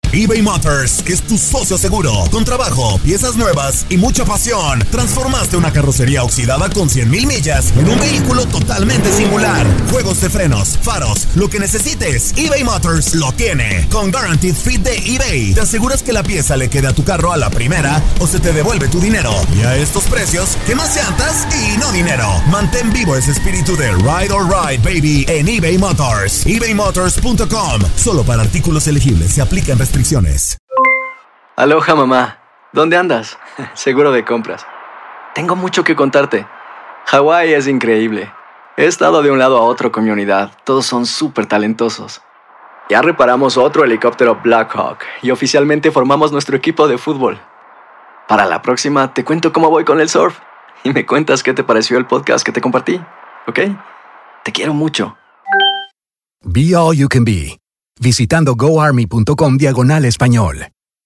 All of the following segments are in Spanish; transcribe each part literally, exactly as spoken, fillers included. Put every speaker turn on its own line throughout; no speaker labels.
eBay Motors es tu socio seguro. Con trabajo, piezas nuevas y mucha pasión, transformaste una carrocería oxidada con cien mil millas en un vehículo totalmente singular. Juegos de frenos, faros, lo que necesites, eBay Motors lo tiene. Con Guaranteed Fit de eBay, te aseguras que la pieza le quede a tu carro a la primera o se te devuelve tu dinero. Y a estos precios, ¿qué más llantas y no dinero? Mantén vivo ese espíritu de Ride or Ride, baby, en eBay Motors. ebay motors punto com. Solo para artículos elegibles se aplican restricciones.
Aloha, mamá. ¿Dónde andas? Seguro de compras. Tengo mucho que contarte. Hawái es increíble. He estado de un lado a otro con mi unidad. Todos son súper talentosos. Ya reparamos otro helicóptero Blackhawk y oficialmente formamos nuestro equipo de fútbol. Para la próxima te cuento cómo voy con el surf y me cuentas qué te pareció el podcast que te compartí, ¿ok? Te quiero mucho.
Be All You Can Be, visitando goarmy.com diagonal español.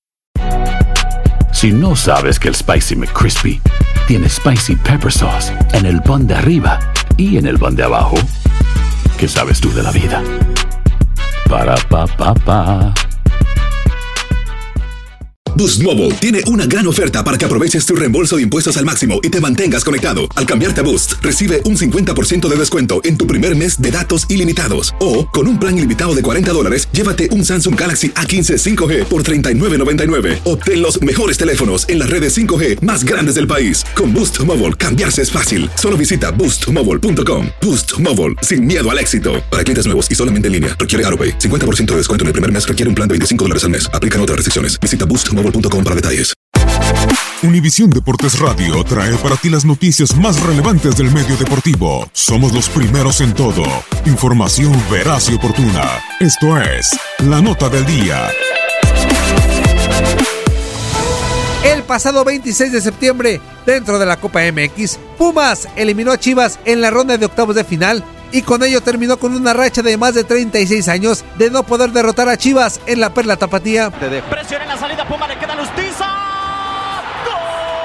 Si no sabes que el Spicy McCrispy tiene Spicy Pepper Sauce en el pan de arriba y en el pan de abajo, ¿qué sabes tú de la vida? Para, pa, pa, pa.
Boost Mobile tiene una gran oferta para que aproveches tu reembolso de impuestos al máximo y te mantengas conectado. Al cambiarte a Boost, recibe un cincuenta por ciento de descuento en tu primer mes de datos ilimitados. O, con un plan ilimitado de cuarenta dólares, llévate un Samsung Galaxy A quince cinco G por treinta y nueve noventa y nueve. Obtén los mejores teléfonos en las redes cinco G más grandes del país. Con Boost Mobile, cambiarse es fácil. Solo visita boost mobile punto com. Boost Mobile, sin miedo al éxito. Para clientes nuevos y solamente en línea, requiere AutoPay. cincuenta por ciento de descuento en el primer mes requiere un plan de veinticinco dólares al mes. Aplican otras restricciones. Visita boost mobile punto com para detalles.
Univisión Deportes Radio trae para ti las noticias más relevantes del medio deportivo. Somos los primeros en todo. Información veraz y oportuna. Esto es La Nota del Día.
El pasado veintiséis de septiembre, dentro de la Copa M X, Pumas eliminó a Chivas en la ronda de octavos de final y con ello terminó con una racha de más de treinta y seis años de no poder derrotar a Chivas en la Perla Tapatía.
Presión en la salida, Puma le queda Lustiza. ¡Gol!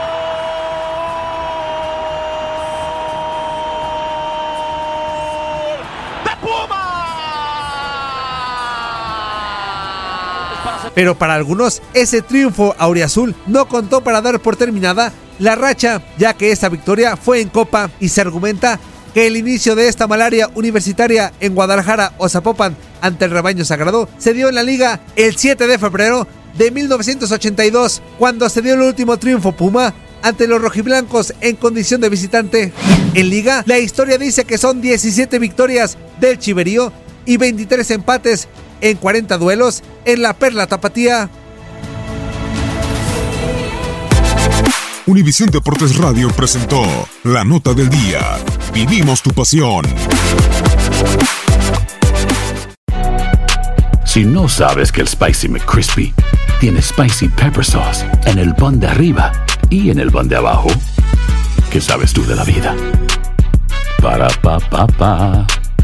¡De Puma!
Pero para algunos, ese triunfo auriazul no contó para dar por terminada la racha, ya que esta victoria fue en Copa y se argumenta que el inicio de esta malaria universitaria en Guadalajara o Zapopan ante el rebaño sagrado se dio en la liga el siete de febrero de mil novecientos ochenta y dos, cuando se dio el último triunfo Puma ante los rojiblancos en condición de visitante. En liga, la historia dice que son diecisiete victorias del Chiverío y veintitrés empates en cuarenta duelos en la Perla Tapatía.
Univisión Deportes Radio presentó La Nota del Día. Vivimos tu pasión.
Si no sabes que el Spicy McCrispy tiene Spicy Pepper Sauce en el pan de arriba y en el pan de abajo, ¿qué sabes tú de la vida? Para, pa, pa, pa.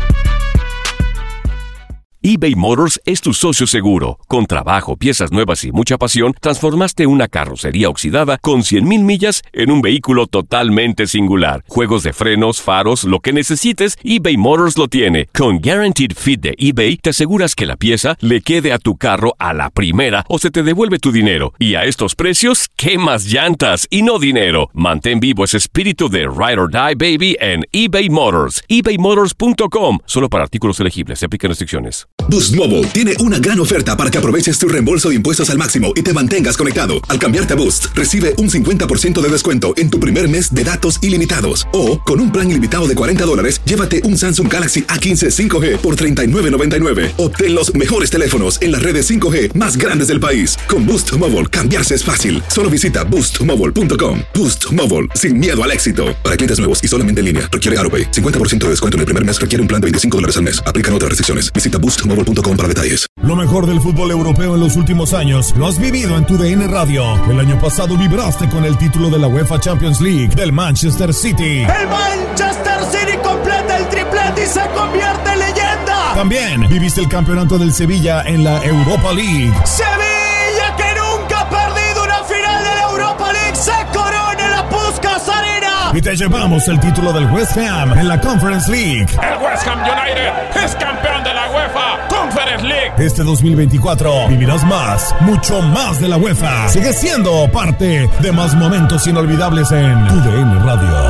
eBay Motors es tu socio seguro. Con trabajo, piezas nuevas y mucha pasión, transformaste una carrocería oxidada con cien mil millas en un vehículo totalmente singular. Juegos de frenos, faros, lo que necesites, eBay Motors lo tiene. Con Guaranteed Fit de eBay, te aseguras que la pieza le quede a tu carro a la primera o se te devuelve tu dinero. Y a estos precios, ¿qué más llantas y no dinero? Mantén vivo ese espíritu de Ride or Die, baby, en eBay Motors. ebay motors punto com. Solo para artículos elegibles. Se aplican restricciones.
Boost Mobile tiene una gran oferta para que aproveches tu reembolso de impuestos al máximo y te mantengas conectado. Al cambiarte a Boost, recibe un cincuenta por ciento de descuento en tu primer mes de datos ilimitados. O, con un plan ilimitado de cuarenta dólares, llévate un Samsung Galaxy A quince cinco G por treinta y nueve noventa y nueve. Obtén los mejores teléfonos en las redes cinco G más grandes del país. Con Boost Mobile, cambiarse es fácil. Solo visita boost mobile punto com. Boost Mobile, sin miedo al éxito. Para clientes nuevos y solamente en línea, requiere AutoPay. cincuenta por ciento de descuento en el primer mes requiere un plan de veinticinco dólares al mes. Aplican otras restricciones. Visita boost mobile punto com para detalles.
Lo mejor del fútbol europeo en los últimos años lo has vivido en tu D N Radio. El año pasado vibraste con el título de la UEFA Champions League del Manchester City.
El Manchester City completa el triplete y se convierte en leyenda.
También viviste el campeonato del Sevilla en la Europa League.
Sevilla, que nunca ha perdido una final de la Europa League, se corona en la Puskás Arena.
Y te llevamos el título del West Ham en la Conference League.
El West Ham United es campeón de la UEFA Conference Champions League.
Este dos mil veinticuatro vivirás más, mucho más de la UEFA. Sigue siendo parte de más momentos inolvidables en tu D N Radio.